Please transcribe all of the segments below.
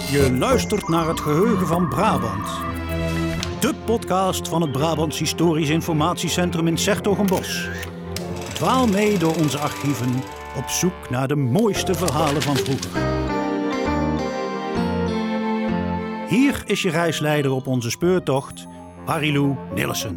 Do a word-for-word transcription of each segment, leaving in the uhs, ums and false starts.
Je luistert naar Het Geheugen van Brabant. De podcast van het Brabants Historisch Informatiecentrum in 's-Hertogenbosch. Dwaal mee door onze archieven op zoek naar de mooiste verhalen van vroeger. Hier is je reisleider op onze speurtocht, Marilou Nillissen.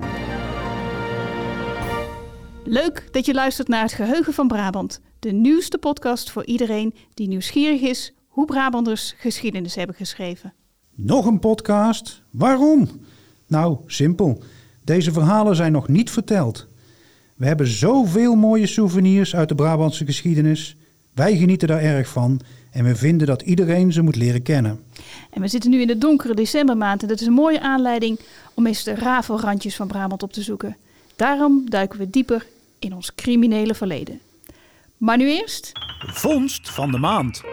Leuk dat je luistert naar Het Geheugen van Brabant. De nieuwste podcast voor iedereen die nieuwsgierig is hoe Brabanders geschiedenis hebben geschreven. Nog een podcast? Waarom? Nou, simpel. Deze verhalen zijn nog niet verteld. We hebben zoveel mooie souvenirs uit de Brabantse geschiedenis. Wij genieten daar erg van en we vinden dat iedereen ze moet leren kennen. En we zitten nu in de donkere decembermaand en dat is een mooie aanleiding om eens de rafelrandjes van Brabant op te zoeken. Daarom duiken we dieper in ons criminele verleden. Maar nu eerst... Vondst van de maand.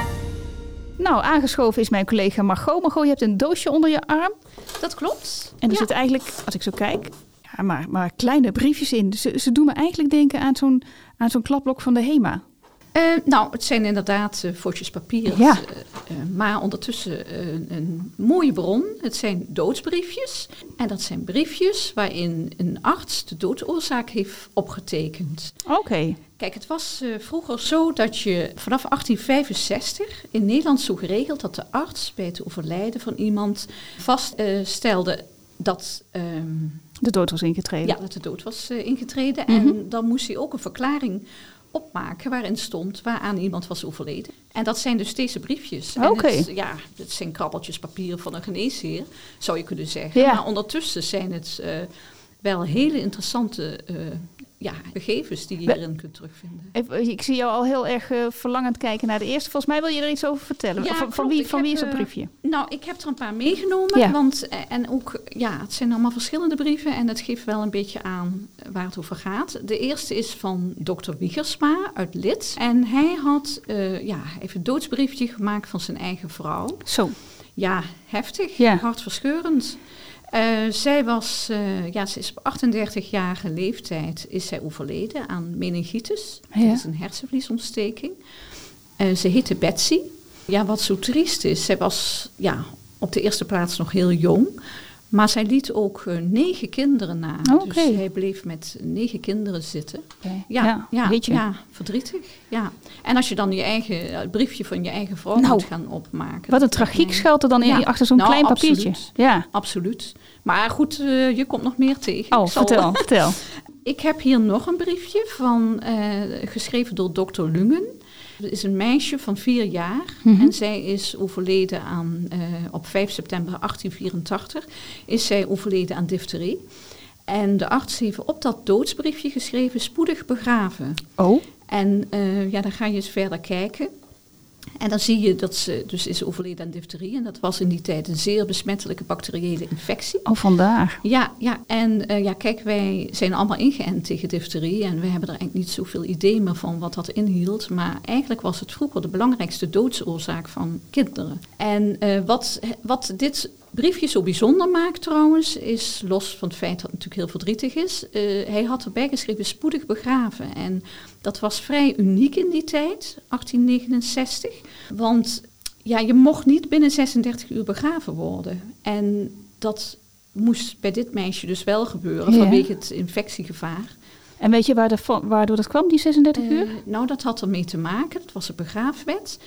Nou, aangeschoven is mijn collega Margot. Margot, je hebt een doosje onder je arm. Dat klopt. En er ja. zit eigenlijk, als ik zo kijk, ja, maar, maar kleine briefjes in. Ze, ze doen me eigenlijk denken aan zo'n, aan zo'n klapblok van de HEMA. Uh, nou, het zijn inderdaad uh, vodjes papier. Ja. Uh, uh, maar ondertussen uh, een mooie bron. Het zijn doodsbriefjes. En dat zijn briefjes waarin een arts de doodsoorzaak heeft opgetekend. Oké. Okay. Kijk, het was uh, vroeger zo dat je vanaf achttien vijfenzestig in Nederland zo geregeld dat de arts bij het overlijden van iemand vaststelde uh, dat... Um, de dood was ingetreden. Ja, dat de dood was uh, ingetreden. Mm-hmm. En dan moest hij ook een verklaring opmaken waarin stond waaraan iemand was overleden. En dat zijn dus deze briefjes. Oké. Okay. Ja, het zijn krabbeltjes papier van een geneesheer, zou je kunnen zeggen. Ja. Maar ondertussen zijn het uh, wel hele interessante uh, ja, gegevens die je hierin kunt terugvinden. Ik zie jou al heel erg uh, verlangend kijken naar de eerste. Volgens mij wil je er iets over vertellen. Ja, van, van wie, van wie is dat briefje? Uh, nou, ik heb er een paar meegenomen. Ja. Want, uh, en ook, ja, het zijn allemaal verschillende brieven. En het geeft wel een beetje aan waar het over gaat. De eerste is van dokter Wiegersma uit Lid. En hij had uh, ja, even een doodsbriefje gemaakt van zijn eigen vrouw. Zo. Ja, heftig. Ja. Hartverscheurend. Uh, zij was, uh, ja, ze is op achtendertigjarige leeftijd is zij overleden aan meningitis. Ja. Dat is een hersenvliesontsteking. Uh, ze heette Betsy. Ja, wat zo triest is, zij was ja, op de eerste plaats nog heel jong. Maar zij liet ook uh, negen kinderen na. Oh, okay. Dus hij bleef met negen kinderen zitten. Okay. Ja, ja, ja, weet je. ja, verdrietig. Ja. En als je dan je eigen, het briefje van je eigen vrouw nou, moet gaan opmaken. Wat een tragiek nee. schuilt er dan in, ja. achter zo'n nou, klein absoluut. papiertje. Ja. Absoluut. Maar goed, uh, je komt nog meer tegen. Oh, zal... vertel, vertel. Ik heb hier nog een briefje van, uh, geschreven door dokter Lungen. Het is een meisje van vier jaar mm-hmm. en zij is overleden aan, uh, op vijf september achttien vierentachtig, is zij overleden aan difterie. En de arts heeft op dat doodsbriefje geschreven, spoedig begraven. Oh. En uh, ja, dan ga je eens verder kijken. En dan zie je dat ze dus is overleden aan difterie. En dat was in die tijd een zeer besmettelijke bacteriële infectie. Oh, vandaar. Ja, ja. en uh, ja, kijk, wij zijn allemaal ingeënt tegen difterie. En we hebben er eigenlijk niet zoveel idee meer van wat dat inhield. Maar eigenlijk was het vroeger de belangrijkste doodsoorzaak van kinderen. En uh, wat, wat dit briefje zo bijzonder maakt trouwens, is los van het feit dat het natuurlijk heel verdrietig is. Uh, hij had erbij geschreven spoedig begraven. En dat was vrij uniek in die tijd, achttien negenenzestig. Want ja, je mocht niet binnen zesendertig uur begraven worden. En dat moest bij dit meisje dus wel gebeuren, ja. vanwege het infectiegevaar. En weet je waar de, waardoor dat kwam, die zesendertig uur? Uh, nou, dat had ermee te maken. Het was een begraafwet.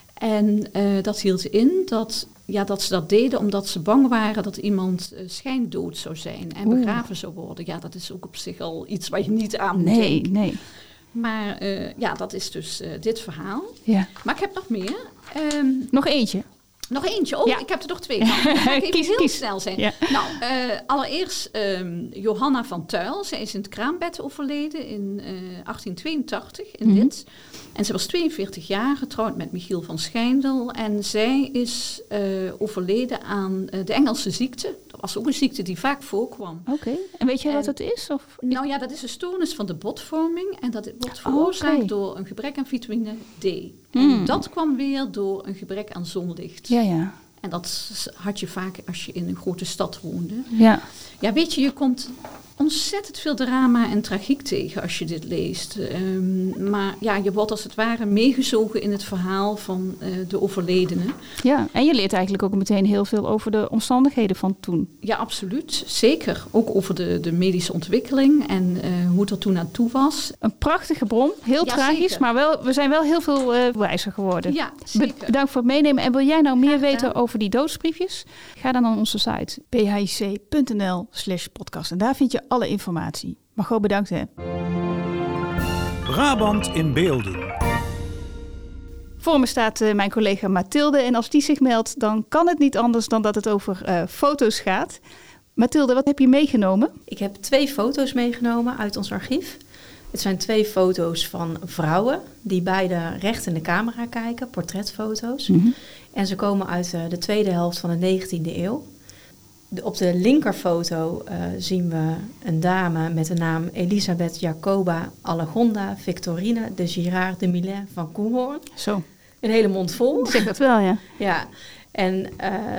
En uh, dat hield in dat, ja, dat ze dat deden omdat ze bang waren dat iemand uh, schijndood zou zijn en Oeh. begraven zou worden. Ja, dat is ook op zich al iets waar je niet aan moet nee, denken. Nee, Maar uh, ja, dat is dus uh, dit verhaal. Ja. Maar ik heb nog meer. Um, nog eentje? Nog eentje? Oh, ja. Ik heb er nog twee van. Dan ga ik even kies, heel kies. snel zijn. Ja. Nou, uh, allereerst um, Johanna van Tuyl. Zij is in het kraambed overleden in uh, achttien tweeëntachtig in mm-hmm. Lid. En ze was tweeënveertig jaar, getrouwd met Michiel van Schijndel. En zij is uh, overleden aan uh, de Engelse ziekte. Dat was ook een ziekte die vaak voorkwam. Oké. Okay. En weet je en, wat het is? Of? Nou ja, dat is een stoornis van de botvorming. En dat wordt veroorzaakt oh, okay. door een gebrek aan vitamine D. Mm. En dat kwam weer door een gebrek aan zonlicht. Ja, ja. En dat had je vaak als je in een grote stad woonde. Ja. Ja, weet je, je komt ontzettend veel drama en tragiek tegen als je dit leest. Um, maar ja, je wordt als het ware meegezogen in het verhaal van uh, de overledene. Ja, en je leert eigenlijk ook meteen heel veel over de omstandigheden van toen. Ja, absoluut. Zeker. Ook over de, de medische ontwikkeling en uh, hoe het er toen aan toe was. Een prachtige bron. Heel Ja, tragisch, zeker. maar wel, we zijn wel heel veel uh, wijzer geworden. Ja, Be- zeker. bedankt voor het meenemen. En wil jij nou meer Graag gedaan. weten over die doodsbriefjes? Ga dan naar onze site b h i c punt n l slash podcast. En daar vind je alle informatie. Margot, bedankt hè. Brabant in beelden. Voor me staat uh, mijn collega Mathilde. En als die zich meldt, dan kan het niet anders dan dat het over uh, foto's gaat. Mathilde, wat heb je meegenomen? Ik heb twee foto's meegenomen uit ons archief. Het zijn twee foto's van vrouwen die beide recht in de camera kijken, portretfoto's. Mm-hmm. En ze komen uit uh, de tweede helft van de negentiende eeuw. De, op de linkerfoto uh, zien we een dame met de naam Elisabeth Jacoba Allegonda Victorine de Girard de Millet van Coehoorn. Zo, Een hele mond vol. zeg dat wel, ja. Ja, en uh,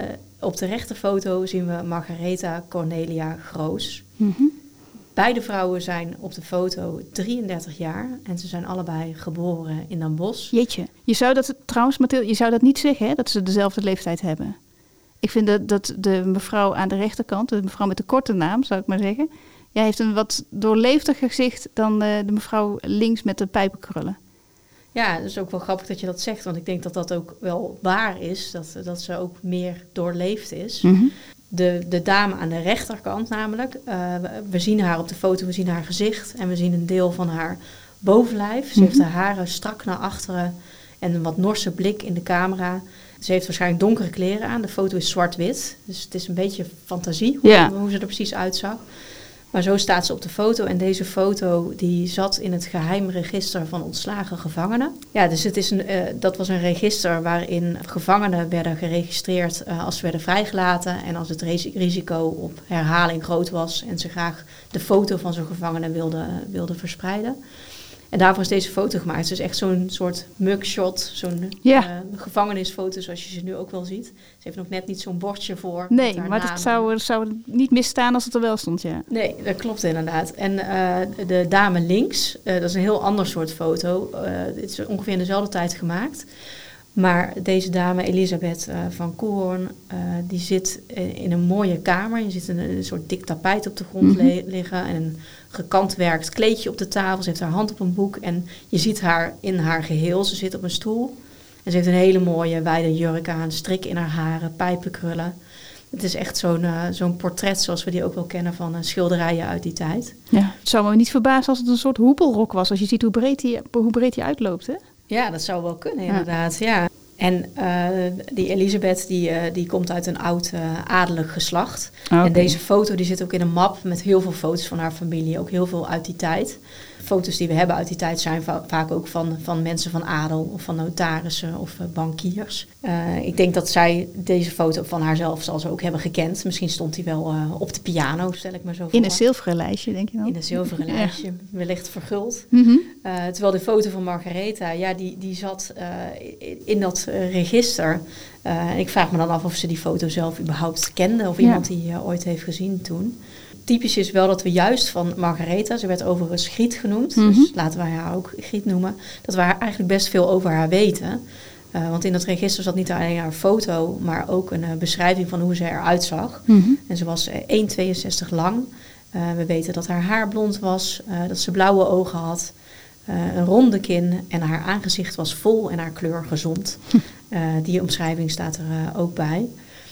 op de rechterfoto zien we Margaretha Cornelia Groos. Mm-hmm. Beide vrouwen zijn op de foto drieëndertig jaar en ze zijn allebei geboren in Den Bosch. Jeetje. Je zou dat trouwens, Mathilde, je zou dat niet zeggen, hè, dat ze dezelfde leeftijd hebben. Ik vind dat, dat de mevrouw aan de rechterkant, de mevrouw met de korte naam, zou ik maar zeggen, ja, heeft een wat doorleeftiger gezicht dan uh, de mevrouw links met de pijpenkrullen. Ja, dat is ook wel grappig dat je dat zegt, want ik denk dat dat ook wel waar is, dat, dat ze ook meer doorleefd is. Mm-hmm. De, de dame aan de rechterkant namelijk, uh, we, we zien haar op de foto, we zien haar gezicht en we zien een deel van haar bovenlijf. Ze Mm-hmm. heeft haar haren strak naar achteren en een wat norse blik in de camera. Ze heeft waarschijnlijk donkere kleren aan. De foto is zwart-wit, dus het is een beetje fantasie hoe, Ja. hoe ze er precies uitzag. Maar zo staat ze op de foto en deze foto die zat in het geheim register van ontslagen gevangenen. Ja, dus het is een, uh, dat was een register waarin gevangenen werden geregistreerd uh, als ze werden vrijgelaten. En als het risico op herhaling groot was en ze graag de foto van zo'n gevangene wilden, uh, wilden verspreiden. En daarvoor is deze foto gemaakt. Het is echt zo'n soort mugshot, zo'n Ja. uh, gevangenisfoto zoals je ze nu ook wel ziet. Ze heeft nog net niet zo'n bordje voor. Nee, met haar maar naam. het zou, het zou niet misstaan als het er wel stond, ja. Nee, dat klopt inderdaad. En uh, de dame links, uh, dat is een heel ander soort foto. Uh, het is ongeveer in dezelfde tijd gemaakt. Maar deze dame, Elisabeth uh, van Coehoorn, uh, die zit in een mooie kamer. Je ziet een, een soort dik tapijt op de grond Mm-hmm. le- liggen en een gekantwerkt kleedje op de tafel. Ze heeft haar hand op een boek en je ziet haar in haar geheel. Ze zit op een stoel en ze heeft een hele mooie wijde jurk aan, strik in haar haren, pijpenkrullen. Het is echt zo'n, uh, zo'n portret zoals we die ook wel kennen van uh, schilderijen uit die tijd. Ja. Het zou me niet verbazen als het een soort hoepelrok was, als je ziet hoe breed die, hoe breed die uitloopt, hè? Ja, dat zou wel kunnen Ja. inderdaad, ja. En uh, die Elisabeth die, uh, die komt uit een oud uh, adellijk geslacht. Okay. En deze foto die zit ook in een map met heel veel foto's van haar familie. Ook heel veel uit die tijd. Foto's die we hebben uit die tijd zijn va- vaak ook van, van mensen van adel of van notarissen of uh, bankiers. Uh, ik denk dat zij deze foto van haarzelf zal ze ook hebben gekend. Misschien stond die wel uh, op de piano, stel ik maar zo voor. In een zilveren lijstje, denk je dan? In een zilveren lijstje, wellicht verguld. Mm-hmm. Uh, terwijl de foto van Margaretha, ja, die, die zat uh, in, in dat uh, register. Uh, ik vraag me dan af of ze die foto zelf überhaupt kende of Ja. iemand die uh, ooit heeft gezien toen. Typisch is wel dat we juist van Margaretha, ze werd overigens Griet genoemd, Mm-hmm. dus laten wij haar ook Griet noemen, dat we haar eigenlijk best veel over haar weten. Uh, want in dat register zat niet alleen haar foto, maar ook een uh, beschrijving van hoe ze eruit zag. Mm-hmm. En ze was uh, één komma tweeënzestig lang. Uh, we weten dat haar haar blond was, uh, dat ze blauwe ogen had, uh, een ronde kin en haar aangezicht was vol en haar kleur gezond. Uh, die omschrijving staat er uh, ook bij.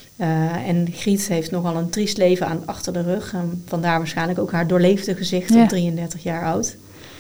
Uh, en Griet heeft nogal een triest leven aan, achter de rug. En vandaar waarschijnlijk ook haar doorleefde gezicht Ja. op drieëndertig jaar oud.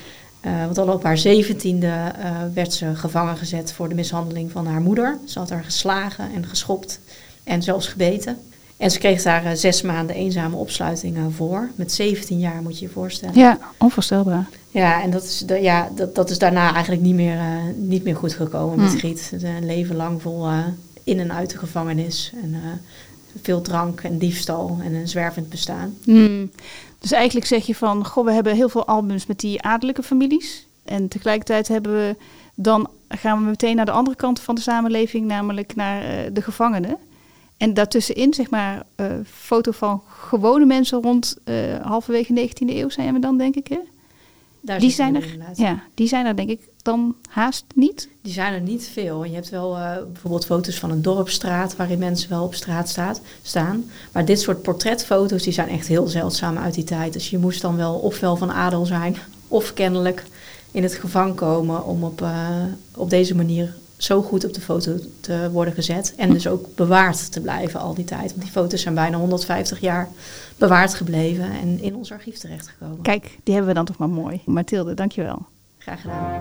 Uh, want al op haar zeventiende uh, werd ze gevangen gezet voor de mishandeling van haar moeder. Ze had haar geslagen en geschopt en zelfs gebeten. En ze kreeg daar uh, zes maanden eenzame opsluiting uh, voor. Met zeventien jaar moet je je voorstellen. Ja, onvoorstelbaar. Ja, en dat is, de, ja, dat, dat is daarna eigenlijk niet meer, uh, niet meer goed gekomen met Hmm. Griet. Een leven lang vol uh, in en uit de gevangenis. En uh, veel drank en diefstal en een zwervend bestaan. Hmm. Dus eigenlijk zeg je van, goh, we hebben heel veel albums met die adellijke families. En tegelijkertijd hebben we, dan gaan we meteen naar de andere kant van de samenleving, namelijk naar uh, de gevangenen. En daartussenin, zeg maar, uh, foto van gewone mensen rond uh, halverwege negentiende eeuw zijn we dan, denk ik, hè? Daar die zijn er, er, ja, die zijn er denk ik dan haast niet. Die zijn er niet veel. Je hebt wel uh, bijvoorbeeld foto's van een dorpsstraat waarin mensen wel op straat staat, staan. Maar dit soort portretfoto's die zijn echt heel zeldzaam uit die tijd. Dus je moest dan wel ofwel van adel zijn of kennelijk in het gevangen komen om op, uh, op deze manier zo goed op de foto te worden gezet. En dus ook bewaard te blijven al die tijd. Want die foto's zijn bijna honderdvijftig jaar bewaard gebleven en in ons archief terechtgekomen. Kijk, die hebben we dan toch maar mooi. Mathilde, dankjewel. Graag gedaan.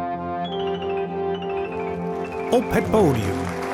Op het podium.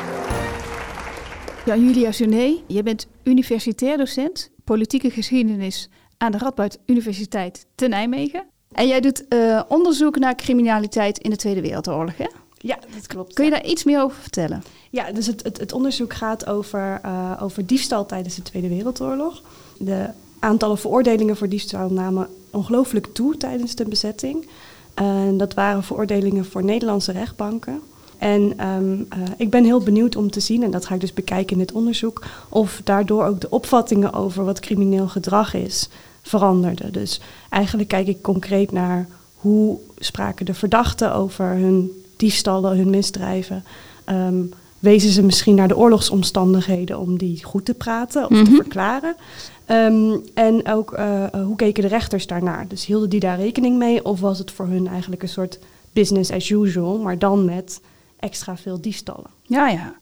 Jan-Julia Suné, je bent universitair docent, politieke geschiedenis aan de Radboud Universiteit te Nijmegen. En jij doet uh, onderzoek naar criminaliteit in de Tweede Wereldoorlog, hè? Ja, dat klopt. Kun je daar iets meer over vertellen? Ja, dus het, het, het onderzoek gaat over, uh, over diefstal tijdens de Tweede Wereldoorlog. De aantallen veroordelingen voor diefstal namen ongelooflijk toe tijdens de bezetting. Uh, dat waren veroordelingen voor Nederlandse rechtbanken. En um, uh, ik ben heel benieuwd om te zien, en dat ga ik dus bekijken in dit onderzoek, of daardoor ook de opvattingen over wat crimineel gedrag is veranderden. Dus eigenlijk kijk ik concreet naar hoe spraken de verdachten over hun diefstallen, hun misdrijven. Um, wezen ze misschien naar de oorlogsomstandigheden om die goed te praten of mm-hmm. te verklaren. Um, en ook uh, hoe keken de rechters daarnaar? Dus hielden die daar rekening mee of was het voor hun eigenlijk een soort business as usual, maar dan met extra veel diefstallen? Ja, ja.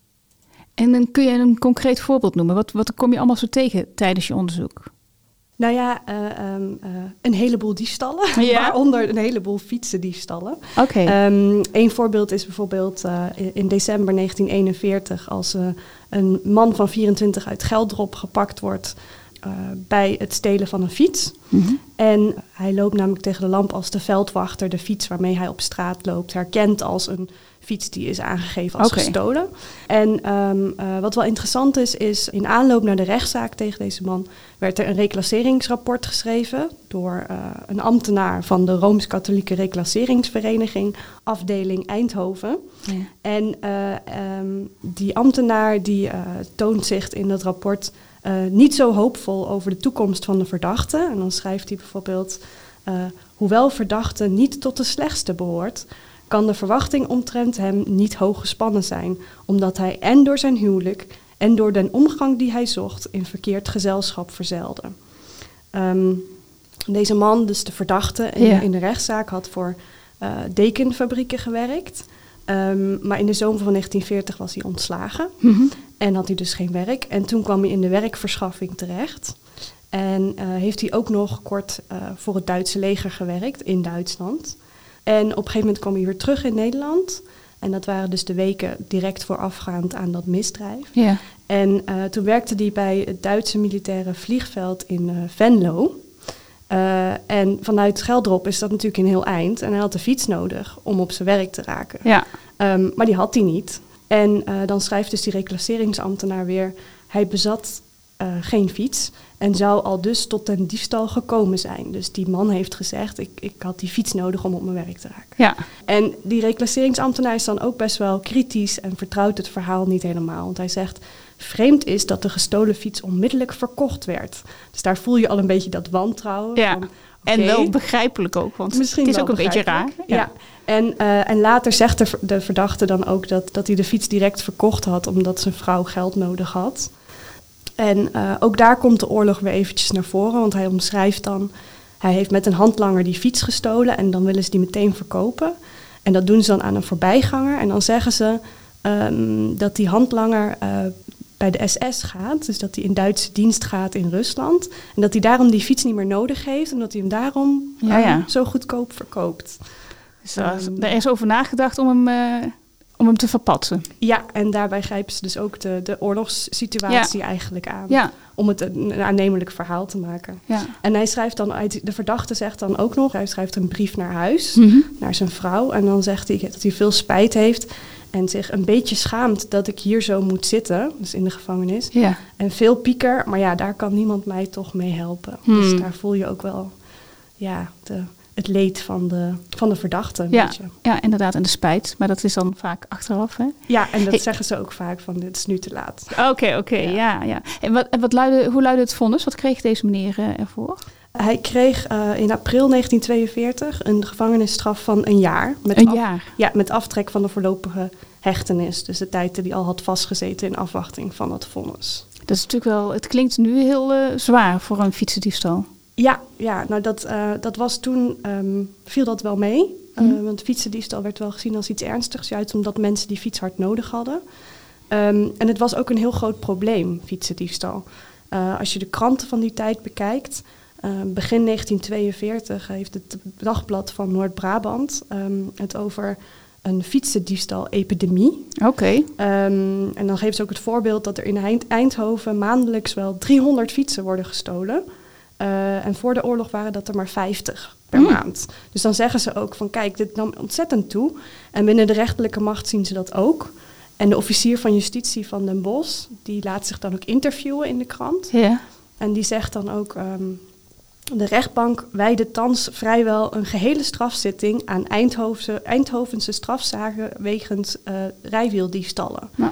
En dan kun je een concreet voorbeeld noemen. Wat, wat kom je allemaal zo tegen tijdens je onderzoek? Nou ja, uh, um, uh, een heleboel diefstallen, ja? Waaronder een heleboel fietsendiefstallen. Oké. Okay. Um, Eén voorbeeld is bijvoorbeeld uh, in december negentien eenenveertig... als uh, een man van vierentwintig uit Geldrop gepakt wordt uh, bij het stelen van een fiets. Mm-hmm. En hij loopt namelijk tegen de lamp als de veldwachter de fiets waarmee hij op straat loopt herkent als een fiets die is aangegeven als okay. gestolen. En um, uh, wat wel interessant is, is in aanloop naar de rechtszaak tegen deze man werd er een reclasseringsrapport geschreven door uh, een ambtenaar van de Rooms-Katholieke Reclasseringsvereniging, afdeling Eindhoven. Ja. En uh, um, die ambtenaar die uh, toont zich in dat rapport uh, niet zo hoopvol over de toekomst van de verdachte. En dan schrijft hij bijvoorbeeld, uh, hoewel verdachte niet tot de slechtste behoort, kan de verwachting omtrent hem niet hoog gespannen zijn, omdat hij en door zijn huwelijk en door den omgang die hij zocht in verkeerd gezelschap verzeilde. Um, deze man, dus de verdachte in, ja. in de rechtszaak, had voor uh, dekenfabrieken gewerkt. Um, maar in de zomer van negentien veertig was hij ontslagen mm-hmm. en had hij dus geen werk. En toen kwam hij in de werkverschaffing terecht. En uh, heeft hij ook nog kort uh, voor het Duitse leger gewerkt in Duitsland. En op een gegeven moment kwam hij weer terug in Nederland. En dat waren dus de weken direct voorafgaand aan dat misdrijf. Ja. En uh, toen werkte hij bij het Duitse militaire vliegveld in uh, Venlo. Uh, en vanuit Geldrop is dat natuurlijk een heel eind. En hij had de fiets nodig om op zijn werk te raken. Ja. Um, maar die had hij niet. En uh, dan schrijft dus die reclasseringsambtenaar weer, hij bezat uh, geen fiets en zou al dus tot ten diefstal gekomen zijn. Dus die man heeft gezegd, ik, ik had die fiets nodig om op mijn werk te raken. Ja. En die reclasseringsambtenaar is dan ook best wel kritisch en vertrouwt het verhaal niet helemaal. Want hij zegt, vreemd is dat de gestolen fiets onmiddellijk verkocht werd. Dus daar voel je al een beetje dat wantrouwen. Ja. Van, okay, en wel begrijpelijk ook, want misschien het is ook een beetje raar. Ja. Ja. En, uh, en later zegt de, de verdachte dan ook dat, dat hij de fiets direct verkocht had, omdat zijn vrouw geld nodig had. En uh, ook daar komt de oorlog weer eventjes naar voren, want hij omschrijft dan, hij heeft met een handlanger die fiets gestolen en dan willen ze die meteen verkopen. En dat doen ze dan aan een voorbijganger en dan zeggen ze um, dat die handlanger uh, bij de S S gaat, dus dat hij in Duitse dienst gaat in Rusland. En dat hij daarom die fiets niet meer nodig heeft en dat hij hem daarom ja, ja. Uh, zo goedkoop verkoopt. Dus uh, um, er is over nagedacht om hem, uh, om hem te verpatsen. Ja, en daarbij grijpen ze dus ook de, de oorlogssituatie ja. eigenlijk aan. Ja. Om het een, een aannemelijk verhaal te maken. Ja. En hij schrijft dan, de verdachte zegt dan ook nog, hij schrijft een brief naar huis, mm-hmm. naar zijn vrouw. En dan zegt hij dat hij veel spijt heeft en zich een beetje schaamt dat ik hier zo moet zitten, dus in de gevangenis. Ja. En veel pieker, maar ja, daar kan niemand mij toch mee helpen. Hmm. Dus daar voel je ook wel ja, de, het leed van de, van de verdachte. Een Ja, beetje. ja, inderdaad. En de spijt. Maar dat is dan vaak achteraf, hè? Ja, en dat Hey. zeggen ze ook vaak van dit is nu te laat. Oké, oké, okay, ja. ja, ja. En, wat, en wat luidde, hoe luidde het vonnis? Wat kreeg deze meneer uh, ervoor? Hij kreeg uh, in april negentien tweeënveertig een gevangenisstraf van een jaar. Met Een af- jaar? Ja, met aftrek van de voorlopige hechtenis. Dus de tijd die hij al had vastgezeten in afwachting van dat vonnis. Dat is natuurlijk wel, het klinkt nu heel uh, zwaar voor een fietsendiefstal. Ja, ja nou dat, uh, dat was toen, um, viel dat wel mee. Uh, Hmm. Want fietsendiefstal werd wel gezien als iets ernstigs. Juist omdat mensen die fiets hard nodig hadden. Um, en het was ook een heel groot probleem, fietsendiefstal. Uh, als je de kranten van die tijd bekijkt. Uh, begin negentien tweeënveertig heeft het Dagblad van Noord-Brabant um, het over een fietsendiefstal-epidemie. Oké. Okay. Um, en dan geeft ze ook het voorbeeld dat er in Eind- Eindhoven maandelijks wel driehonderd fietsen worden gestolen. Uh, en voor de oorlog waren dat er maar vijftig per Mm. maand. Dus dan zeggen ze ook van kijk, dit nam ontzettend toe. En binnen de rechterlijke macht zien ze dat ook. En de officier van justitie van Den Bosch, die laat zich dan ook interviewen in de krant. Ja. En die zegt dan ook, um, de rechtbank wijde thans vrijwel een gehele strafzitting aan Eindhovense, Eindhovense strafzaken wegens uh, rijwieldiefstallen. Nou.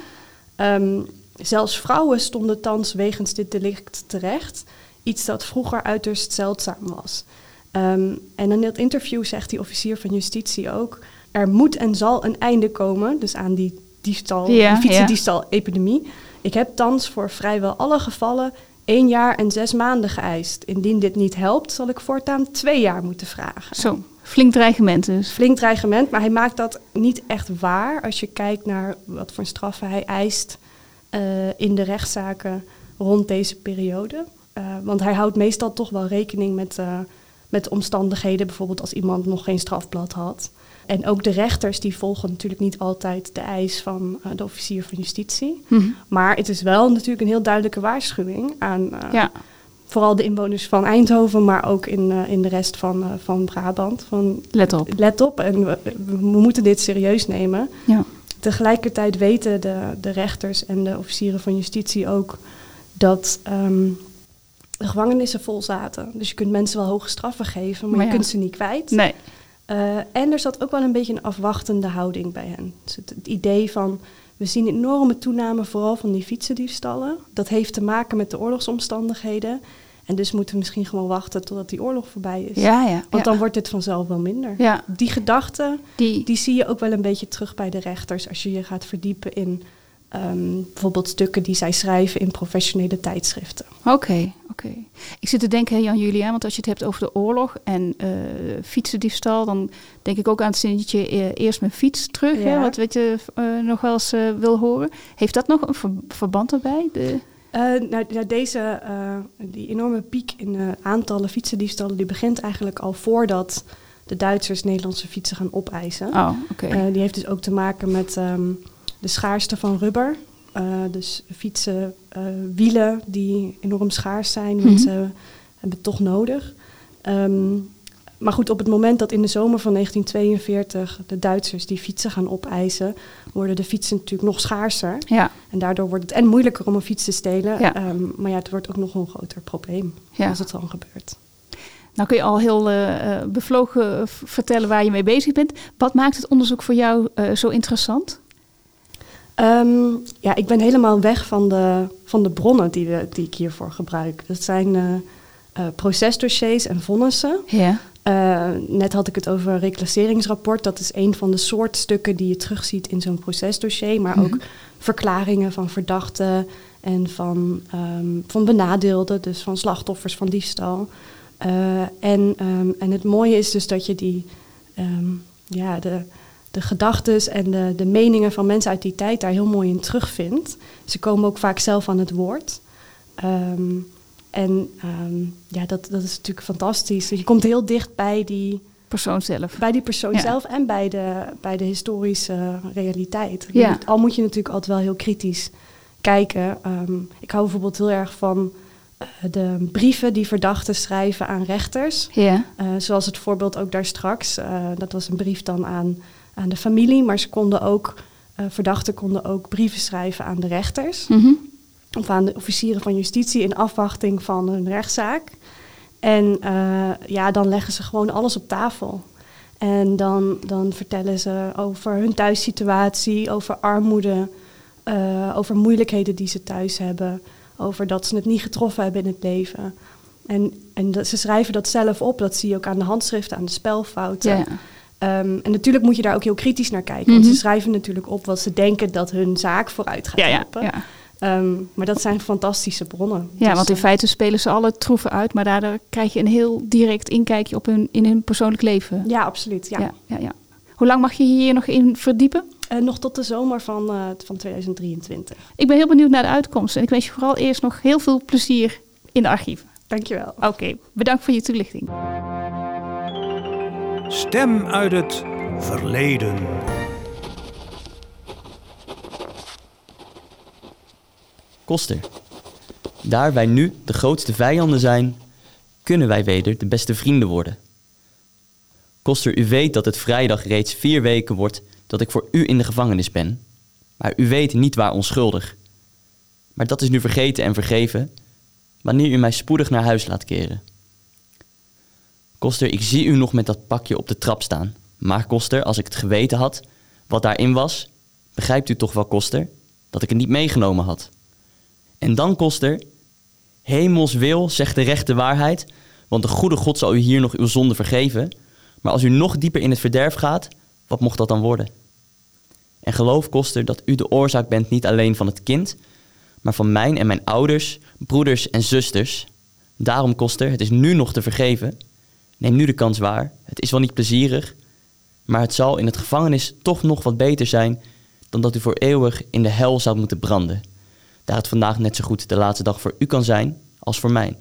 Um, zelfs vrouwen stonden thans wegens dit delict terecht. Iets dat vroeger uiterst zeldzaam was. Um, en in dat interview zegt die officier van justitie ook, er moet en zal een einde komen, dus aan die diefstal, Ja, die fietsendiefstal-epidemie. Ik heb thans voor vrijwel alle gevallen één jaar en zes maanden geëist. Indien dit niet helpt, zal ik voortaan twee jaar moeten vragen. Zo, flink dreigement dus. Flink dreigement, maar hij maakt dat niet echt waar als je kijkt naar wat voor straffen hij eist uh, in de rechtszaken rond deze periode. Uh, want hij houdt meestal toch wel rekening met, uh, met de omstandigheden, bijvoorbeeld als iemand nog geen strafblad had. En ook de rechters die volgen natuurlijk niet altijd de eis van uh, de officier van justitie. Mm-hmm. Maar het is wel natuurlijk een heel duidelijke waarschuwing aan uh, ja. vooral de inwoners van Eindhoven, maar ook in, uh, in de rest van, uh, van Brabant. Van, let op. Let op en we, we moeten dit serieus nemen. Ja. Tegelijkertijd weten de, de rechters en de officieren van justitie ook dat um, de gevangenissen vol zaten. Dus je kunt mensen wel hoge straffen geven, maar, maar je ja. kunt ze niet kwijt. Nee. Uh, en er zat ook wel een beetje een afwachtende houding bij hen. Dus het, het idee van, we zien een enorme toename vooral van die fietsendiefstallen. Dat heeft te maken met de oorlogsomstandigheden. En dus moeten we misschien gewoon wachten totdat die oorlog voorbij is. Ja, ja. Want ja. dan wordt het vanzelf wel minder. Ja. Die gedachte, die... die zie je ook wel een beetje terug bij de rechters. Als je je gaat verdiepen in um, bijvoorbeeld stukken die zij schrijven in professionele tijdschriften. Oké, okay, oké. Okay. Ik zit te denken, Jan-Juliaan, want als je het hebt over de oorlog en uh, fietsendiefstal, dan denk ik ook aan het zinnetje uh, eerst mijn fiets terug, Ja. hè, wat weet je uh, nog wel eens uh, wil horen. Heeft dat nog een ver- verband erbij? De... Uh, nou, nou, deze uh, die enorme piek in uh, aantallen fietsendiefstallen, die begint eigenlijk al voordat de Duitsers Nederlandse fietsen gaan opeisen. Oh, oké. Okay. Uh, die heeft dus ook te maken met um, de schaarste van rubber. Uh, dus fietsen, uh, wielen die enorm schaars zijn, Mm-hmm. mensen hebben het toch nodig. Um, maar goed, op het moment dat in de zomer van negentien tweeënveertig de Duitsers die fietsen gaan opeisen, worden de fietsen natuurlijk nog schaarser. Ja. En daardoor wordt het en moeilijker om een fiets te stelen. Ja. Um, maar ja, het wordt ook nog een groter probleem ja. als het dan gebeurt. Nou kun je al heel uh, bevlogen v- vertellen waar je mee bezig bent. Wat maakt het onderzoek voor jou uh, zo interessant? Um, ja, ik ben helemaal weg van de, van de bronnen die, we, die ik hiervoor gebruik. Dat zijn uh, uh, procesdossiers en vonnissen. Ja. Uh, net had ik het over een reclasseringsrapport. Dat is een van de soort stukken die je terugziet in zo'n procesdossier. Maar Mm-hmm. ook verklaringen van verdachten en van, um, van benadeelden. Dus van slachtoffers van diefstal. Uh, en, um, en het mooie is dus dat je die... Um, ja, de, de gedachtes en de, de meningen van mensen uit die tijd daar heel mooi in terugvindt. Ze komen ook vaak zelf aan het woord. Um, en um, ja, dat, dat is natuurlijk fantastisch. Je komt heel dicht bij die persoon zelf. Bij die persoon ja. zelf en bij de, bij de historische realiteit. Ja. Moet, al moet je natuurlijk altijd wel heel kritisch kijken. Um, ik hou bijvoorbeeld heel erg van uh, de brieven die verdachten schrijven aan rechters. Ja. Uh, zoals het voorbeeld ook daar straks. Uh, dat was een brief dan aan, aan de familie, maar ze konden ook, uh, verdachten konden ook brieven schrijven aan de rechters. Mm-hmm. Of aan de officieren van justitie in afwachting van hun rechtszaak. En uh, ja, dan leggen ze gewoon alles op tafel. En dan, dan vertellen ze over hun thuissituatie, over armoede, uh, over moeilijkheden die ze thuis hebben, over dat ze het niet getroffen hebben in het leven. En, en dat, ze schrijven dat zelf op, dat zie je ook aan de handschriften, aan de spelfouten. Ja. Um, en natuurlijk moet je daar ook heel kritisch naar kijken, Mm-hmm. want ze schrijven natuurlijk op wat ze denken dat hun zaak vooruit gaat Ja, ja, helpen. ja. Um, maar dat zijn fantastische bronnen. Ja, Dus, want in uh, feite spelen ze alle troeven uit, maar daardoor krijg je een heel direct inkijkje op hun, in hun persoonlijk leven. Ja, absoluut. Ja. Ja, ja, ja. Hoe lang mag je hier nog in verdiepen? Uh, nog tot de zomer van, uh, van tweeduizend drieëntwintig. Ik ben heel benieuwd naar de uitkomst en ik wens je vooral eerst nog heel veel plezier in de archieven. Dankjewel. Oké, okay, bedankt voor je toelichting. Stem uit het verleden. Koster, daar wij nu de grootste vijanden zijn, kunnen wij weder de beste vrienden worden. Koster, u weet dat het vrijdag reeds vier weken wordt dat ik voor u in de gevangenis ben. Maar u weet niet waar onschuldig. Maar dat is nu vergeten en vergeven, wanneer u mij spoedig naar huis laat keren. Koster, ik zie u nog met dat pakje op de trap staan. Maar Koster, als ik het geweten had, wat daarin was, begrijpt u toch wel, Koster, dat ik het niet meegenomen had. En dan, Koster, hemels wil zegt de rechte waarheid, want de goede God zal u hier nog uw zonde vergeven. Maar als u nog dieper in het verderf gaat, wat mocht dat dan worden? En geloof, Koster, dat u de oorzaak bent niet alleen van het kind, maar van mijn en mijn ouders, broeders en zusters. Daarom, Koster, het is nu nog te vergeven. Neem nu de kans waar. Het is wel niet plezierig, maar het zal in het gevangenis toch nog wat beter zijn dan dat u voor eeuwig in de hel zou moeten branden. Daar het vandaag net zo goed de laatste dag voor u kan zijn als voor mij.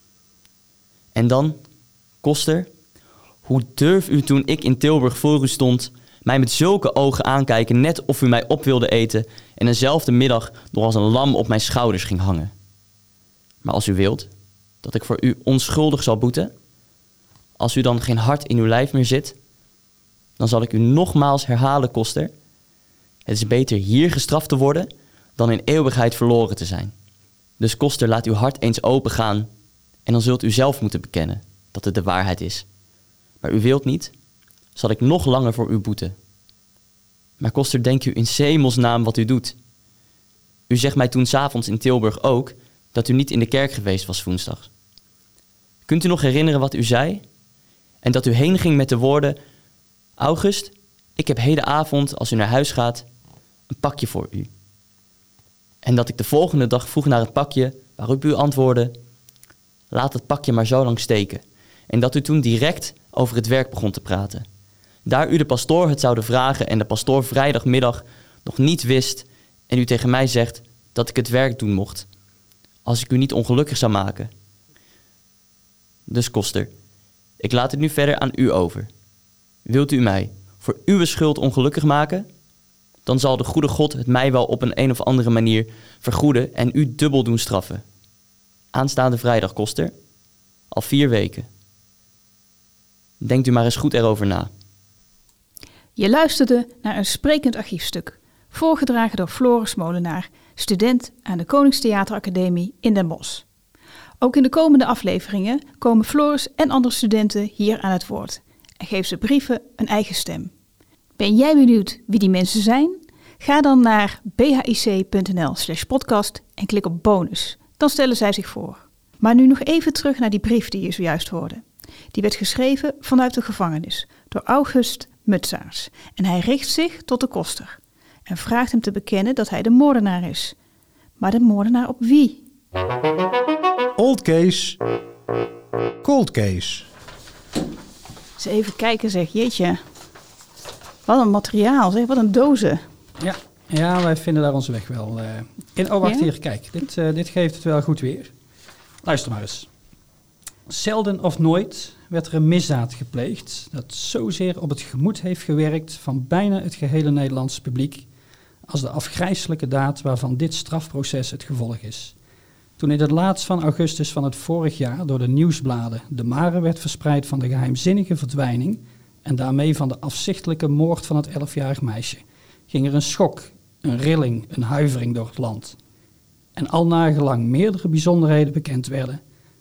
En dan, Koster, hoe durf u toen ik in Tilburg voor u stond, mij met zulke ogen aankijken, net of u mij op wilde eten en eenzelfde middag nog als een lam op mijn schouders ging hangen. Maar als u wilt dat ik voor u onschuldig zal boeten, als u dan geen hart in uw lijf meer zit, dan zal ik u nogmaals herhalen, Koster. Het is beter hier gestraft te worden dan in eeuwigheid verloren te zijn. Dus Koster, laat uw hart eens open gaan en dan zult u zelf moeten bekennen dat het de waarheid is. Maar u wilt niet, zal ik nog langer voor u boeten. Maar Koster, denk u in 's hemelsnaam wat u doet. U zegt mij toen 's avonds in Tilburg ook dat u niet in de kerk geweest was woensdag. Kunt u nog herinneren wat u zei? En dat u heen ging met de woorden: August, ik heb hedenavond, als u naar huis gaat, een pakje voor u. En dat ik de volgende dag vroeg naar het pakje, waarop u antwoordde: laat het pakje maar zo lang steken. En dat u toen direct over het werk begon te praten. Daar u de pastoor het zouden vragen en de pastoor vrijdagmiddag nog niet wist en u tegen mij zegt dat ik het werk doen mocht, als ik u niet ongelukkig zou maken. Dus Koster, ik laat het nu verder aan u over. Wilt u mij voor uw schuld ongelukkig maken? Dan zal de goede God het mij wel op een een of andere manier vergoeden en u dubbel doen straffen. Aanstaande vrijdag, Koster. Al vier weken. Denkt u maar eens goed erover na. Je luisterde naar een sprekend archiefstuk, voorgedragen door Floris Molenaar, student aan de Koningstheateracademie in Den Bosch. Ook in de komende afleveringen komen Floris en andere studenten hier aan het woord en geven ze brieven een eigen stem. Ben jij benieuwd wie die mensen zijn? Ga dan naar bhic.nl slash podcast en klik op bonus. Dan stellen zij zich voor. Maar nu nog even terug naar die brief die je zojuist hoorde. Die werd geschreven vanuit de gevangenis door August Mutsaars. En hij richt zich tot de koster en vraagt hem te bekennen dat hij de moordenaar is. Maar de moordenaar op wie? Old case. Cold case. Eens even kijken zeg, jeetje. Wat een materiaal zeg, wat een dozen. Ja, ja, wij vinden daar onze weg wel uh, in. Oh, wacht Ja? hier, kijk. Dit, uh, dit geeft het wel goed weer. Luister maar eens. Zelden of nooit werd er een misdaad gepleegd dat zozeer op het gemoed heeft gewerkt van bijna het gehele Nederlandse publiek als de afgrijselijke daad waarvan dit strafproces het gevolg is. Toen in het laatst van augustus van het vorig jaar door de nieuwsbladen de mare werd verspreid van de geheimzinnige verdwijning en daarmee van de afzichtelijke moord van het elfjarig meisje, ging er een schok, een rilling, een huivering door het land. En al nagelang meerdere bijzonderheden bekend werden,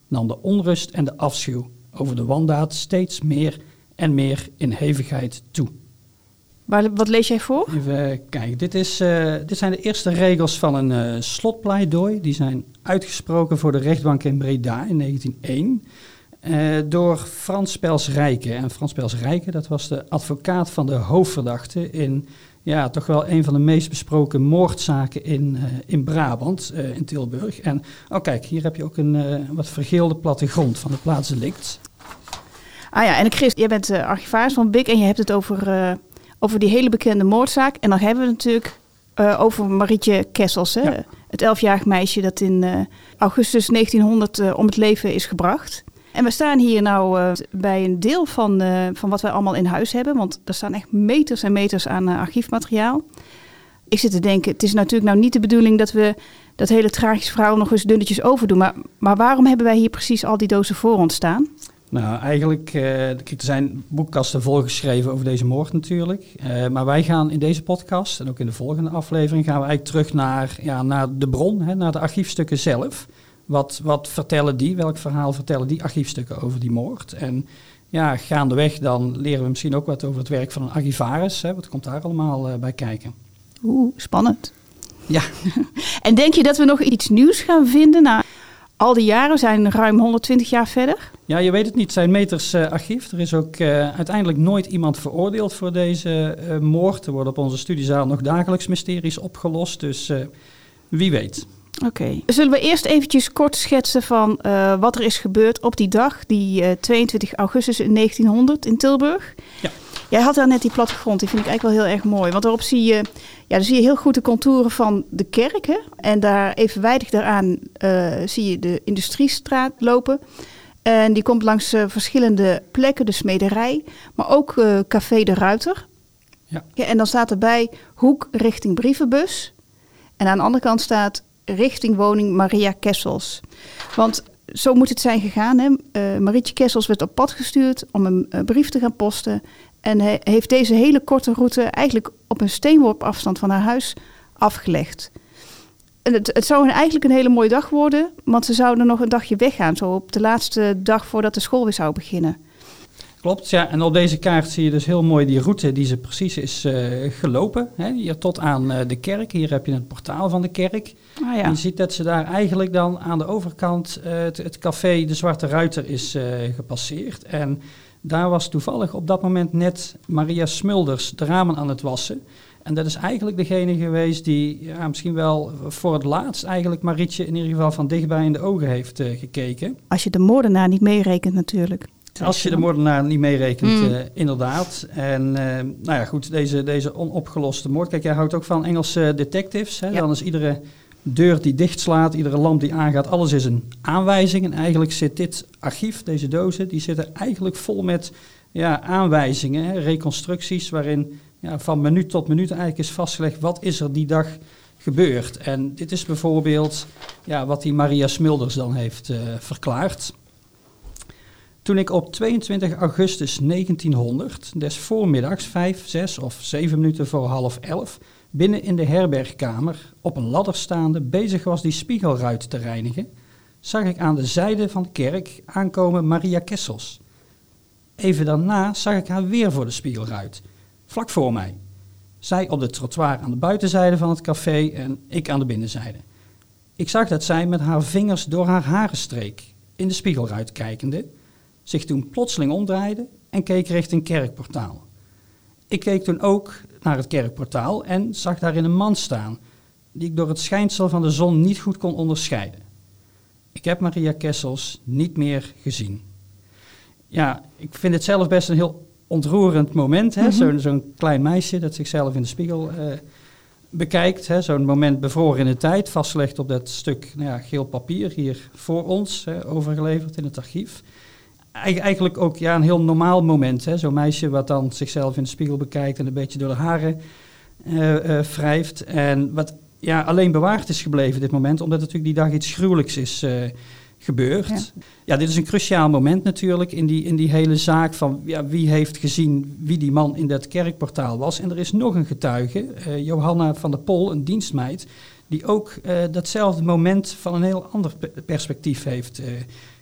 nam de onrust en de afschuw over de wandaad steeds meer en meer in hevigheid toe. Waar, wat lees jij voor? Even kijken, dit, is, uh, dit zijn de eerste regels van een uh, slotpleidooi. Die zijn uitgesproken voor de rechtbank in Breda in negentien oh één uh, door Frans Pels-Rijke. En Frans Pels-Rijke, dat was de advocaat van de hoofdverdachte in ja, toch wel een van de meest besproken moordzaken in, uh, in Brabant, uh, in Tilburg. En oh kijk, hier heb je ook een uh, wat vergeelde plattegrond van de plaatsdelict. Ah ja, en Chris, jij bent uh, archivaris van B I C en je hebt het over... Uh, Over die hele bekende moordzaak. En dan hebben we het natuurlijk uh, over Marietje Kessels. Hè? Ja. Het elfjarig meisje dat in uh, augustus negentienhonderd uh, om het leven is gebracht. En we staan hier nou uh, bij een deel van, uh, van wat wij allemaal in huis hebben. Want er staan echt meters en meters aan uh, archiefmateriaal. Ik zit te denken, het is natuurlijk nou niet de bedoeling dat we dat hele tragische verhaal nog eens dunnetjes overdoen. Maar, maar waarom hebben wij hier precies al die dozen voor ons staan? Nou, eigenlijk, uh, kijk, er zijn boekkasten volgeschreven over deze moord natuurlijk. Uh, maar wij gaan in deze podcast en ook in de volgende aflevering gaan we eigenlijk terug naar, ja, naar de bron, hè, naar de archiefstukken zelf. Wat, wat vertellen die, welk verhaal vertellen die archiefstukken over die moord? En ja, gaandeweg dan leren we misschien ook wat over het werk van een archivaris. Hè, wat komt daar allemaal uh, bij kijken? Oeh, spannend. Ja. En denk je dat we nog iets nieuws gaan vinden? Nou, al die jaren, we zijn ruim honderdtwintig jaar verder. Ja, je weet het niet. Het zijn meters uh, archief. Er is ook uh, uiteindelijk nooit iemand veroordeeld voor deze uh, moord. Er worden op onze studiezaal nog dagelijks mysteries opgelost. Dus uh, wie weet. Oké. Okay. Zullen we eerst eventjes kort schetsen van uh, wat er is gebeurd op die dag, die uh, tweeëntwintig augustus negentienhonderd in Tilburg? Ja. Jij had daar net die plattegrond, die vind ik eigenlijk wel heel erg mooi. Want daarop zie je, ja, daar zie je heel goed de contouren van de kerk. Hè? En daar evenwijdig daaraan uh, zie je de Industriestraat lopen. En die komt langs uh, verschillende plekken, de smederij, maar ook uh, Café de Ruiter. Ja. Ja, en dan staat erbij hoek richting brievenbus. En aan de andere kant staat richting woning Maria Kessels. Want zo moet het zijn gegaan. Hè? Uh, Marietje Kessels werd op pad gestuurd om een uh, brief te gaan posten. En he, heeft deze hele korte route eigenlijk op een steenworp afstand van haar huis afgelegd. En het, het zou eigenlijk een hele mooie dag worden, want ze zouden nog een dagje weggaan. Zo op de laatste dag voordat de school weer zou beginnen. Klopt, ja. En op deze kaart zie je dus heel mooi die route die ze precies is uh, gelopen. Hè, hier tot aan uh, de kerk. Hier heb je het portaal van de kerk. Ah, ja. En je ziet dat ze daar eigenlijk dan aan de overkant uh, het, het café De Zwarte Ruiter is uh, gepasseerd. En daar was toevallig op dat moment net Maria Smulders de ramen aan het wassen. En dat is eigenlijk degene geweest die ja, misschien wel voor het laatst eigenlijk Marietje in ieder geval van dichtbij in de ogen heeft uh, gekeken. Als je de moordenaar niet meerekent natuurlijk. Als je de moordenaar niet meerekent, mm. uh, inderdaad. En uh, nou ja, goed, deze, deze onopgeloste moord. Kijk, jij houdt ook van Engelse detectives. Hè? Ja. Dan is iedere deur die dichtslaat, iedere lamp die aangaat, alles is een aanwijzing. En eigenlijk zit dit archief, deze dozen, die zitten eigenlijk vol met ja, aanwijzingen, hè? Reconstructies, waarin ja, van minuut tot minuut eigenlijk is vastgelegd wat is er die dag gebeurd. En dit is bijvoorbeeld ja, wat die Maria Smulders dan heeft uh, verklaard. Toen ik op tweeëntwintig augustus negentienhonderd, des voormiddags vijf, zes of zeven minuten voor half elf, binnen in de herbergkamer op een ladder staande bezig was die spiegelruit te reinigen, zag ik aan de zijde van de kerk aankomen Maria Kessels. Even daarna zag ik haar weer voor de spiegelruit, vlak voor mij. Zij op de trottoir aan de buitenzijde van het café en ik aan de binnenzijde. Ik zag dat zij met haar vingers door haar haren streek, in de spiegelruit kijkende, zich toen plotseling omdraaide en keek richting kerkportaal. Ik keek toen ook naar het kerkportaal en zag daarin een man staan, die ik door het schijnsel van de zon niet goed kon onderscheiden. Ik heb Maria Kessels niet meer gezien. Ja, ik vind het zelf best een heel ontroerend moment, hè? Mm-hmm. Zo, zo'n klein meisje dat zichzelf in de spiegel uh, bekijkt. Hè? Zo'n moment bevroren in de tijd, vastgelegd op dat stuk nou ja, geel papier hier voor ons, hè, overgeleverd in het archief. Eigenlijk ook ja, een heel normaal moment. Hè? Zo'n meisje wat dan zichzelf in de spiegel bekijkt en een beetje door de haren uh, uh, wrijft. En wat ja, alleen bewaard is gebleven dit moment, omdat natuurlijk die dag iets gruwelijks is uh, gebeurd. Ja. ja, dit is een cruciaal moment natuurlijk in die, in die hele zaak van ja, wie heeft gezien wie die man in dat kerkportaal was. En er is nog een getuige, uh, Johanna van der Pol, een dienstmeid, die ook uh, datzelfde moment van een heel ander perspectief heeft uh,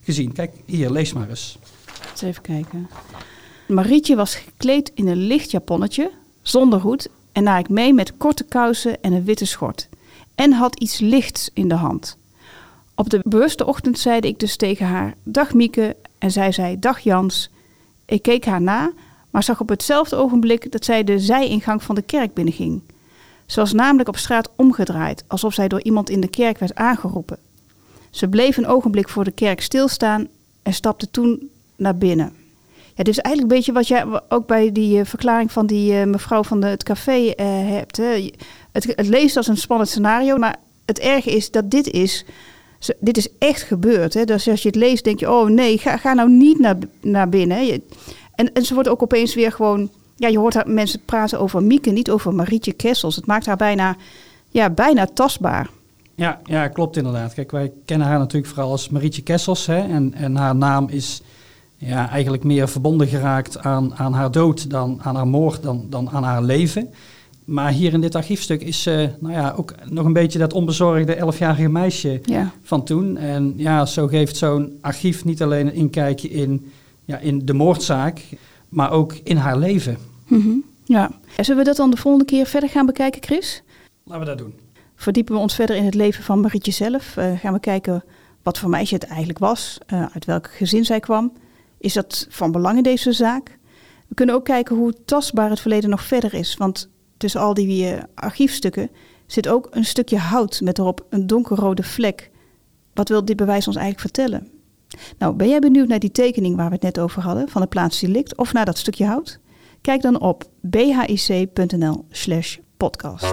gezien. Kijk, hier, lees maar eens. Eens even kijken. Marietje was gekleed in een licht japonnetje, zonder hoed en naar ik mee met korte kousen en een witte schort. En had iets lichts in de hand. Op de bewuste ochtend zeide ik dus tegen haar, dag Mieke, en zij zei, dag Jans. Ik keek haar na, maar zag op hetzelfde ogenblik dat zij de zijingang van de kerk binnenging. Ze was namelijk op straat omgedraaid, alsof zij door iemand in de kerk werd aangeroepen. Ze bleef een ogenblik voor de kerk stilstaan en stapte toen naar binnen. Ja, dit is eigenlijk een beetje wat jij ook bij die uh, verklaring van die uh, mevrouw van de, het café uh, hebt. Hè. Het, het leest als een spannend scenario, maar het erge is dat dit is, ze, dit is echt gebeurd. Hè. Dus als je het leest denk je, oh nee, ga, ga nou niet naar, naar binnen. Je, en, en ze wordt ook opeens weer gewoon, ja, je hoort haar, mensen praten over Mieke, niet over Marietje Kessels. Het maakt haar bijna, ja, bijna tastbaar. Ja, ja, klopt inderdaad. Kijk, wij kennen haar natuurlijk vooral als Marietje Kessels. Hè, en, en haar naam is ja, eigenlijk meer verbonden geraakt aan, aan haar dood dan aan haar moord, dan, dan aan haar leven. Maar hier in dit archiefstuk is uh, nou ja, ook nog een beetje dat onbezorgde elfjarige meisje ja. van toen. En ja, zo geeft zo'n archief niet alleen een inkijkje in, ja, in de moordzaak, maar ook in haar leven. Mm-hmm. Ja. Zullen we dat dan de volgende keer verder gaan bekijken, Chris? Laten we dat doen. Verdiepen we ons verder in het leven van Marietje zelf. Uh, gaan we kijken wat voor meisje het eigenlijk was, uh, uit welk gezin zij kwam. Is dat van belang in deze zaak? We kunnen ook kijken hoe tastbaar het verleden nog verder is. Want tussen al die uh, archiefstukken zit ook een stukje hout met erop een donkerrode vlek. Wat wil dit bewijs ons eigenlijk vertellen? Nou, ben jij benieuwd naar die tekening waar we het net over hadden, van het plaatsdelict, of naar dat stukje hout? Kijk dan op bhic.nl slash podcast.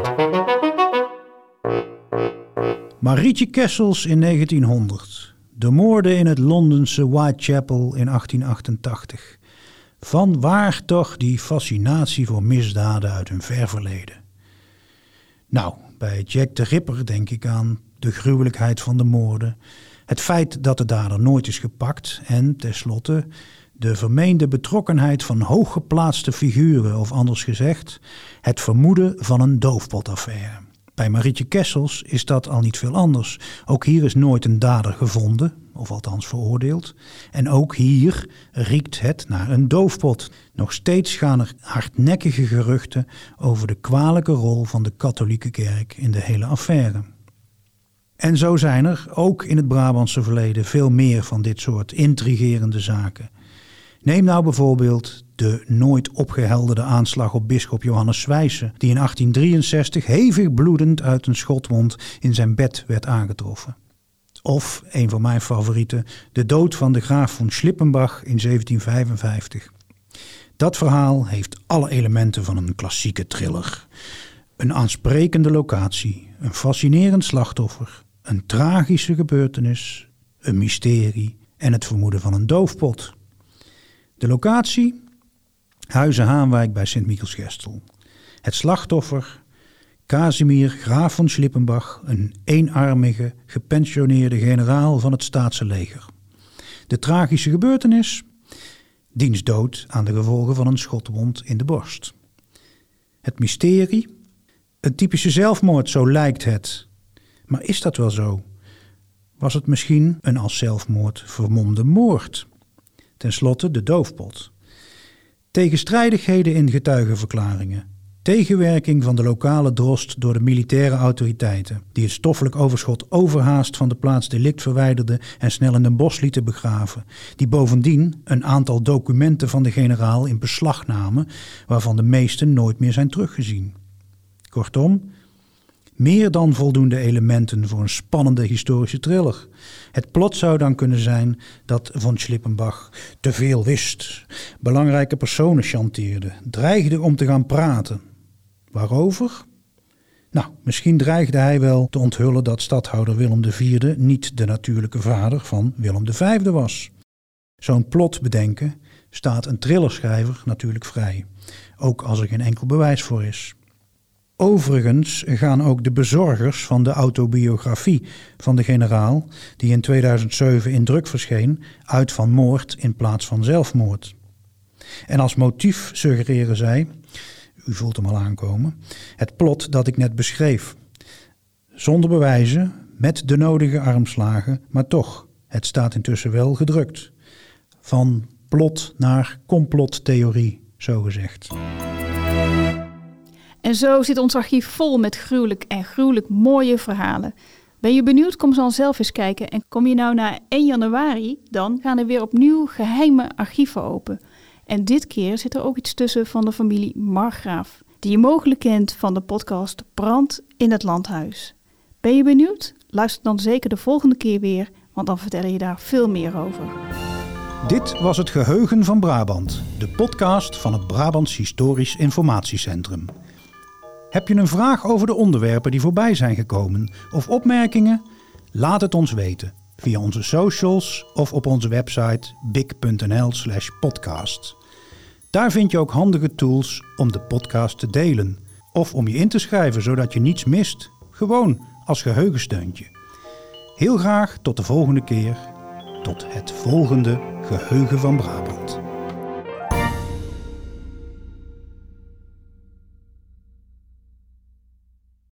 Marietje Kessels in negentienhonderd. De moorden in het Londense Whitechapel in achttien achtentachtig. Vanwaar toch die fascinatie voor misdaden uit een ver verleden? Nou, bij Jack de Ripper denk ik aan de gruwelijkheid van de moorden, het feit dat de dader nooit is gepakt en, tenslotte, de vermeende betrokkenheid van hooggeplaatste figuren, of anders gezegd, het vermoeden van een doofpotaffaire. Bij Marietje Kessels is dat al niet veel anders. Ook hier is nooit een dader gevonden, of althans veroordeeld. En ook hier riekt het naar een doofpot. Nog steeds gaan er hardnekkige geruchten over de kwalijke rol van de katholieke kerk in de hele affaire. En zo zijn er, ook in het Brabantse verleden, veel meer van dit soort intrigerende zaken. Neem nou bijvoorbeeld de nooit opgehelderde aanslag op bisschop Johannes Zwijsen, die in achttien drieënzestig hevig bloedend uit een schotwond in zijn bed werd aangetroffen. Of, een van mijn favorieten, de dood van de graaf von Schlippenbach in zeventien vijfenvijftig. Dat verhaal heeft alle elementen van een klassieke thriller. Een aansprekende locatie, een fascinerend slachtoffer, een tragische gebeurtenis, een mysterie en het vermoeden van een doofpot. De locatie? Huizen Haanwijk bij Sint-Michielsgestel. Het slachtoffer? Casimir, graaf van Schlippenbach, een eenarmige, gepensioneerde generaal van het Staatse leger. De tragische gebeurtenis? Diens dood aan de gevolgen van een schotwond in de borst. Het mysterie? Een typische zelfmoord, zo lijkt het. Maar is dat wel zo? Was het misschien een als zelfmoord vermomde moord? Ten slotte de doofpot. Tegenstrijdigheden in getuigenverklaringen. Tegenwerking van de lokale drost door de militaire autoriteiten, die het stoffelijk overschot overhaast van de plaats delict verwijderden en snel in een bos lieten begraven, die bovendien een aantal documenten van de generaal in beslag namen, waarvan de meeste nooit meer zijn teruggezien. Kortom, meer dan voldoende elementen voor een spannende historische thriller. Het plot zou dan kunnen zijn dat von Schlippenbach te veel wist, belangrijke personen chanteerde, dreigde om te gaan praten. Waarover? Nou, misschien dreigde hij wel te onthullen dat stadhouder Willem de Vierde niet de natuurlijke vader van Willem de Vijfde was. Zo'n plot bedenken staat een thrillerschrijver natuurlijk vrij, ook als er geen enkel bewijs voor is. Overigens gaan ook de bezorgers van de autobiografie van de generaal, die in tweeduizend zeven in druk verscheen, uit van moord in plaats van zelfmoord. En als motief suggereren zij, u voelt hem al aankomen, het plot dat ik net beschreef. Zonder bewijzen, met de nodige armslagen, maar toch Het staat intussen wel gedrukt. Van plot naar complottheorie, zogezegd. En zo zit ons archief vol met gruwelijk en gruwelijk mooie verhalen. Ben je benieuwd? Kom dan zelf eens kijken. En kom je nou na één januari, dan gaan er weer opnieuw geheime archieven open. En dit keer zit er ook iets tussen van de familie Margraaf, die je mogelijk kent van de podcast Brand in het Landhuis. Ben je benieuwd? Luister dan zeker de volgende keer weer, want dan vertellen je daar veel meer over. Dit was het Geheugen van Brabant, de podcast van het Brabants Historisch Informatiecentrum. Heb je een vraag over de onderwerpen die voorbij zijn gekomen of opmerkingen? Laat het ons weten via onze socials of op onze website big.nl slash podcast. Daar vind je ook handige tools om de podcast te delen of om je in te schrijven zodat je niets mist. Gewoon als geheugensteuntje. Heel graag tot de volgende keer. Tot het volgende Geheugen van Brabant.